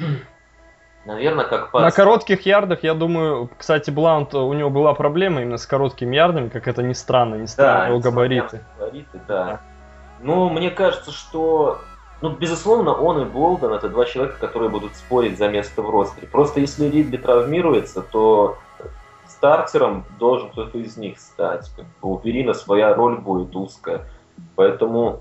Наверное, как пас. На коротких ярдах, я думаю, кстати, Блаунт, у него была проблема именно с короткими ярдами, как это ни странно, не странно, да, его габариты. габариты да. да. Но мне кажется, что... Ну, безусловно, он и Болден — это два человека, которые будут спорить за место в ростере. Просто если Ридли травмируется, то стартером должен кто-то из них стать. У Верина своя роль будет узкая. Поэтому,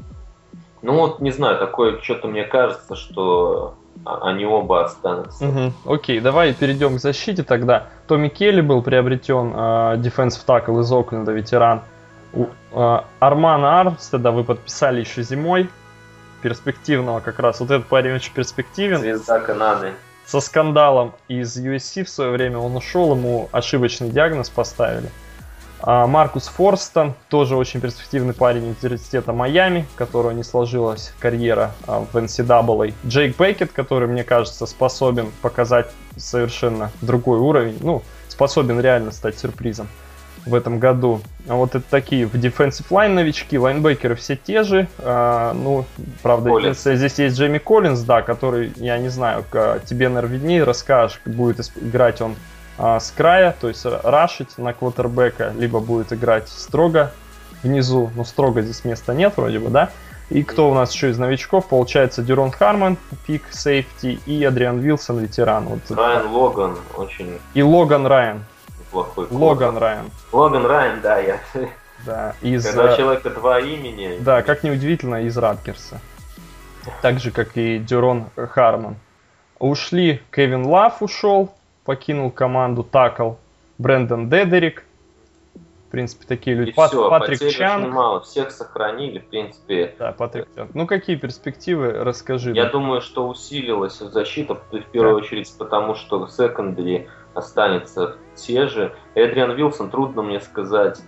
ну вот, не знаю, такое что-то мне кажется, что они оба останутся. Угу. Окей, давай перейдем к защите тогда. Томми Келли был приобретен, э, defensive tackle из Окленда, ветеран. У, э, Армана Армстеда вы подписали еще зимой. Перспективного как раз. Вот этот парень очень перспективен. Звезда Канады. Со скандалом из ю эс си в свое время он ушел, ему ошибочный диагноз поставили. А Маркус Форстон, тоже очень перспективный парень из университета Майами, у которого не сложилась карьера в эн си эй эй. Джейк Беккет, который, мне кажется, способен показать совершенно другой уровень. Ну, способен реально стать сюрпризом в этом году. А вот это такие в defensive line новички, лайнбекеры все те же. А, ну, правда, здесь есть Джейми Коллинз, да, который, я не знаю, тебе, наверное, виднее, расскажешь, будет играть он а, с края, то есть рашить на квотербека, либо будет играть строго внизу, но строго здесь места нет вроде бы, да. И кто у нас еще из новичков? Получается, Дюрон Харман, пик, сейфти, и Адриан Вилсон, ветеран. Вот Райан это. Логан очень... И Логан Райан. Плохой Логан клуб. Райан. Логан Райан, да, я. Да, из... Когда у человека два имени. Да, как неудивительно, из Радгерса. Так же, как и Дюрон Харман. Ушли, Кевин Лав ушел, покинул команду, такл Брэндон Дедерик. В принципе, такие люди. И Пат, все, Патрик Чанг. Очень мало, всех сохранили, в принципе. Да, Патрик Чанг. Ну, какие перспективы, расскажи. Я думаю, что усилилась защита, в первую да. очередь, потому что секондари останется те же. Эдриан Вилсон, трудно мне сказать,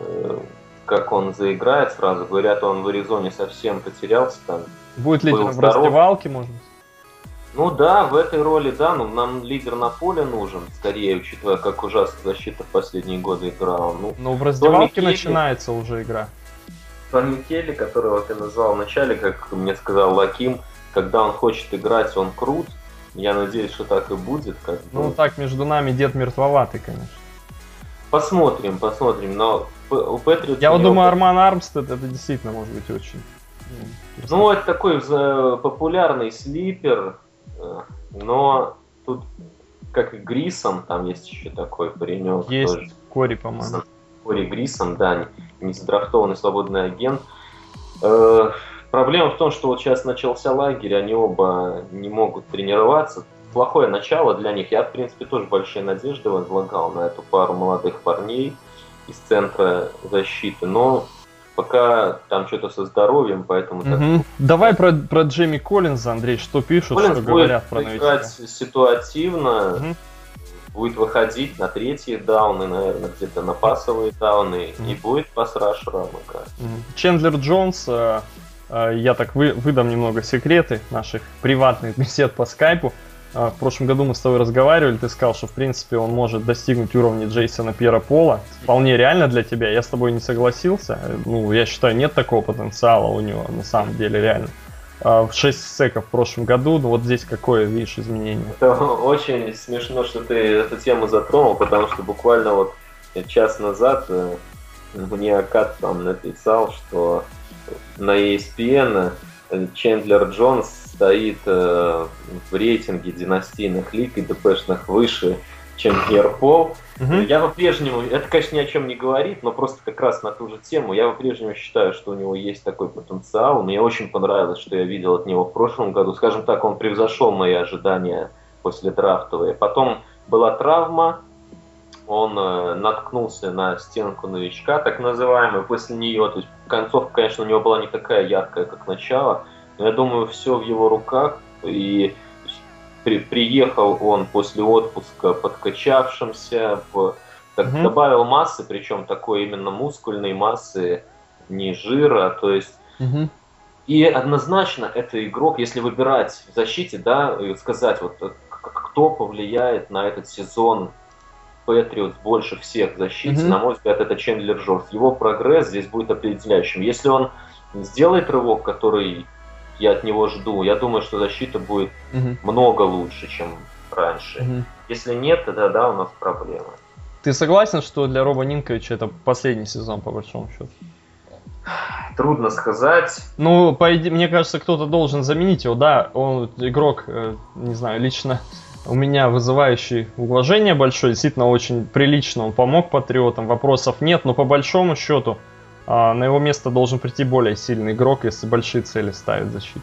как он заиграет сразу. Говорят, он в Аризоне совсем потерялся там. Будет лидером в раздевалке, может быть? Ну да, в этой роли, да, но нам лидер на поле нужен, скорее, учитывая, как ужасно защита в последние годы играла. Ну, но в раздевалке начинается уже игра. Томми Келли, которого ты назвал в начале, как мне сказал Лаким, когда он хочет играть, он крут. Я надеюсь, что так и будет. Как ну бы. Так, между нами дед мертвоватый, конечно. Посмотрим, посмотрим, но у Патриотс... Я вот думаю, Арман Армстед, это действительно может быть очень... Ну, ну это такой популярный слипер, но тут, как и Грисом, там есть еще такой паренек. Есть, тоже. Кори, по-моему. Кори Грисом, да, не задрафтованный свободный агент. Э, проблема в том, что вот сейчас начался лагерь, они оба не могут тренироваться. Плохое начало для них. Я, в принципе, тоже большие надежды возлагал на эту пару молодых парней из центра защиты, но пока там что-то со здоровьем, поэтому... Mm-hmm. Так... Давай про, про Джейми Коллинза, Андрей, что пишут, Коллинз что говорят про новичка. Играть ситуативно, mm-hmm. будет выходить на третьи дауны, наверное, где-то на пасовые дауны, mm-hmm. и будет пас-рашером играть. Mm-hmm. Чендлер Джонс, я так вы, выдам немного секреты наших приватных бесед по скайпу. В прошлом году мы с тобой разговаривали, ты сказал, что в принципе он может достигнуть уровня Джейсона Пьера-Пола. Вполне реально для тебя, я с тобой не согласился. Ну, я считаю, нет такого потенциала у него, на самом деле, реально. шесть секов в прошлом году, ну вот здесь какое, видишь, изменение? Это очень смешно, что ты эту тему затронул, потому что буквально вот час назад мне Акад там написал, что на и эс пи эн Чендлер Джонс стоит э, в рейтинге династийных лиг и ДПшных выше, чем Пьер-Пол. Uh-huh. Я по-прежнему, это, конечно, ни о чем не говорит, но просто как раз на ту же тему, я по-прежнему считаю, что у него есть такой потенциал. Мне очень понравилось, что я видел от него в прошлом году. Скажем так, он превзошел мои ожидания после драфтовой. Потом была травма, он э, наткнулся на стенку новичка, так называемую, после нее. То есть концовка, конечно, у него была не такая яркая, как начало, но я думаю, все в его руках. И при, приехал он после отпуска подкачавшимся, в, так, mm-hmm. добавил массы, причем такой именно мускульной массы, не жира. То есть mm-hmm. и однозначно это игрок, если выбирать в защите, да, и сказать, вот кто повлияет на этот сезон Патриотс больше всех в защите, mm-hmm. на мой взгляд, это Чендлер Джонс. Его прогресс здесь будет определяющим. Если он сделает рывок, который я от него жду, я думаю, что защита будет mm-hmm. много лучше, чем раньше. Mm-hmm. Если нет, тогда да, у нас проблемы. Ты согласен, что для Роба Нинковича это последний сезон, по большому счету? Трудно сказать. Ну, по идее, мне кажется, кто-то должен заменить его, да, он игрок, не знаю, лично у меня вызывающий уважение большое, действительно очень прилично, он помог Патриотам, вопросов нет, но по большому счету а, на его место должен прийти более сильный игрок, если большие цели ставит в защиту.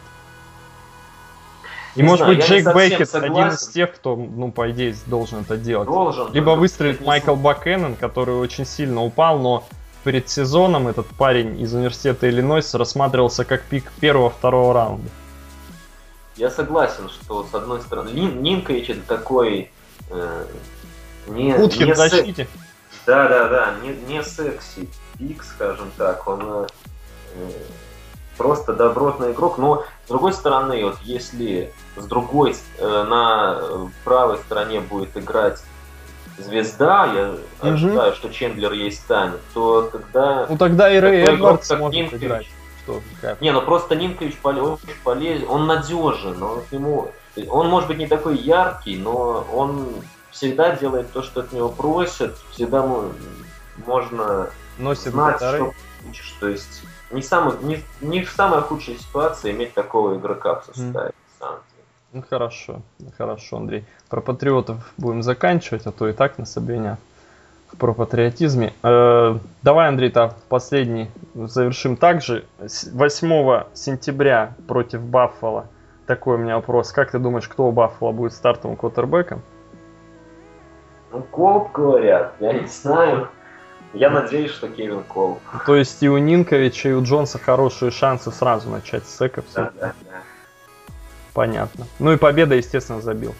И не может знаю, быть Джейк Бейкет один из тех, кто, ну, по идее, должен это делать. Должен. Либо выстрелит Майкл Бакеннон, который очень сильно упал, но перед сезоном этот парень из университета Иллинойс рассматривался как пик первого-второго раунда. Я согласен, что с одной стороны Нин, Нинкович это такой э, не, не защите. Да, да, да, не, не секси пик, скажем так, он э, просто добротный игрок, но с другой стороны, вот если с другой э, на правой стороне будет играть звезда, я угу. ожидаю, что Чендлер ей станет, то тогда... Ну тогда и Рэй Эдвардс может Нинкович играть. Не, ну просто Нинкович очень полезен, он надежен, он, ему, он может быть не такой яркий, но он всегда делает то, что от него просят, всегда можно Носит знать, что хочешь. То есть не, самый, не, не самая худшая ситуация иметь такого игрока в составе. Mm. Ну хорошо, хорошо, Андрей. Про патриотов будем заканчивать, а то и так нас обвинят про патриотизме. Э, давай, Андрей, то последний завершим также. восьмого сентября против Баффало. Такой у меня вопрос. Как ты думаешь, кто у Баффало будет стартовым квотербеком? Ну, Колб, говорят. Я не знаю. Я надеюсь, что Кевин Колб. То есть и у Нинковича, и у Джонса хорошие шансы сразу начать с секов. Да, да, да. Понятно. Ну и победа, естественно, забил.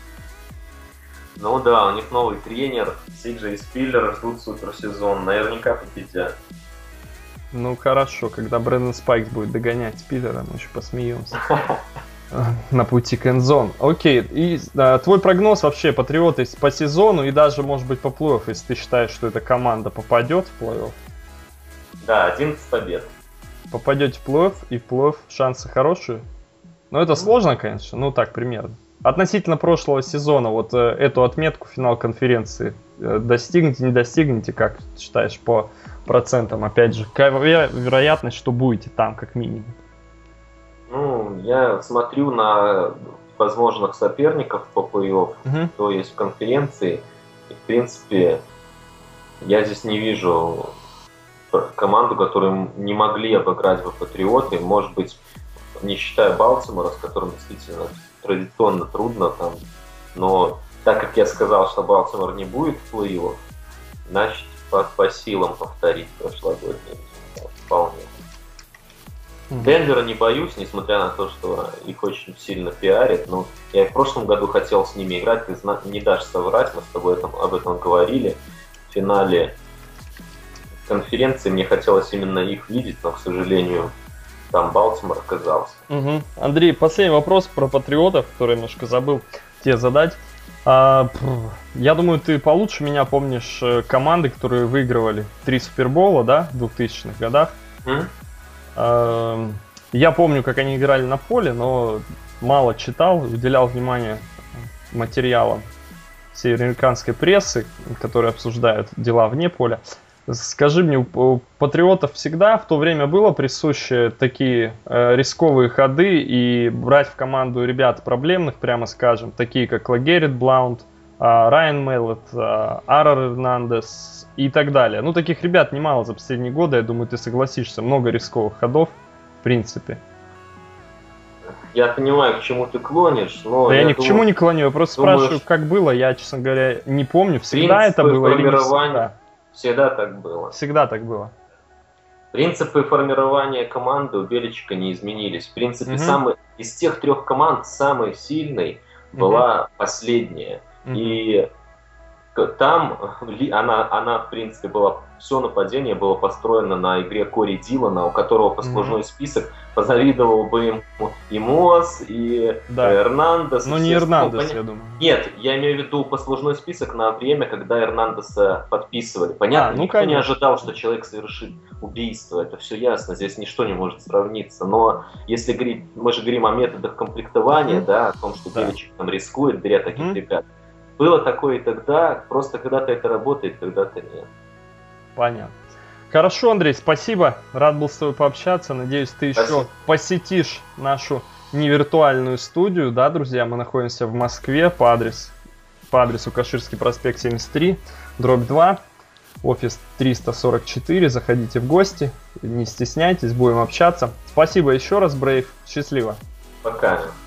Ну да, у них новый тренер, Си Джей Спиллер, ждут суперсезон, наверняка победят. Ну хорошо, когда Брэндон Спайкс будет догонять Спиллера, мы еще посмеемся. На пути к эндзон. Окей, и а, твой прогноз вообще, Патриоты, по сезону и даже, может быть, по плей-офф, если ты считаешь, что эта команда попадет в плей-офф? Да, одиннадцать побед. Попадете в плей-офф, и в плей-офф шансы хорошие? Ну это сложно, конечно, ну так, примерно. Относительно прошлого сезона, вот э, эту отметку финал конференции э, достигнете, не достигнете, как считаешь, по процентам? Опять же, какая вероятность, что будете там, как минимум? Ну, я смотрю на возможных соперников по плей-офф, uh-huh. кто есть в конференции. И, в принципе, я здесь не вижу команду, которую не могли обыграть бы Патриоты. Может быть, не считая Балтимора, с которым действительно традиционно трудно там, но так как я сказал, что Балтимор не будет в плей-офф, значит по, по силам повторить прошлогодний результат вполне. Mm-hmm. Денвера не боюсь, несмотря на то, что их очень сильно пиарят, но я и в прошлом году хотел с ними играть, ты зна- не дашь соврать, мы с тобой этом, об этом говорили. В финале конференции мне хотелось именно их видеть, но, к сожалению, там Балтимор оказался. Угу. Андрей, последний вопрос про патриотов, который я немножко забыл тебе задать. А, я думаю, ты получше меня помнишь команды, которые выигрывали три супербола, да, в двухтысячных годах. Mm? А, я помню, как они играли на поле, но мало читал, уделял внимание материалам североамериканской прессы, которые обсуждают дела вне поля. Скажи мне, у патриотов всегда в то время было присуще такие э, рисковые ходы и брать в команду ребят проблемных, прямо скажем, такие как Лагерит Блаунд, э, Райан Мэллет, э, Арар Эрнандес и так далее. Ну, таких ребят немало за последние годы, я думаю, ты согласишься, много рисковых ходов, в принципе. Я понимаю, к чему ты клонишь, но... Да я, я ни думаю, к чему не клоню, я просто думаешь, спрашиваю, как было, я, честно говоря, не помню, всегда это было или не всегда? Всегда так было. Всегда так было. Принципы формирования команды у Беличика не изменились. В принципе, угу. самый, из тех трех команд самой сильной была угу. последняя. Угу. И там она, она, в принципе, была... Все нападение было построено на игре Кори Дилана, у которого послужной mm-hmm. список позавидовал бы ему и Мосс, и да. Эрнандес. Ну не Эрнандес, я думаю. Нет, я имею в виду послужной список на время, когда Эрнандеса подписывали. Понятно, а, ну, никто конечно. не ожидал, что человек совершит убийство, это все ясно, здесь ничто не может сравниться. Но если говорить, мы же говорим о методах комплектования, mm-hmm. да, о том, что да. Беличик там рискует, беря таких mm-hmm. ребят. Было такое и тогда, просто когда-то это работает, когда-то нет. Понятно. Хорошо, Андрей, спасибо. Рад был с тобой пообщаться. Надеюсь, ты спасибо. еще посетишь нашу невиртуальную студию. Да, друзья, мы находимся в Москве по, адрес, по адресу Каширский проспект семьдесят три, дробь два, офис триста сорок четыре. Заходите в гости, не стесняйтесь, будем общаться. Спасибо еще раз, Брейв. Счастливо. Пока.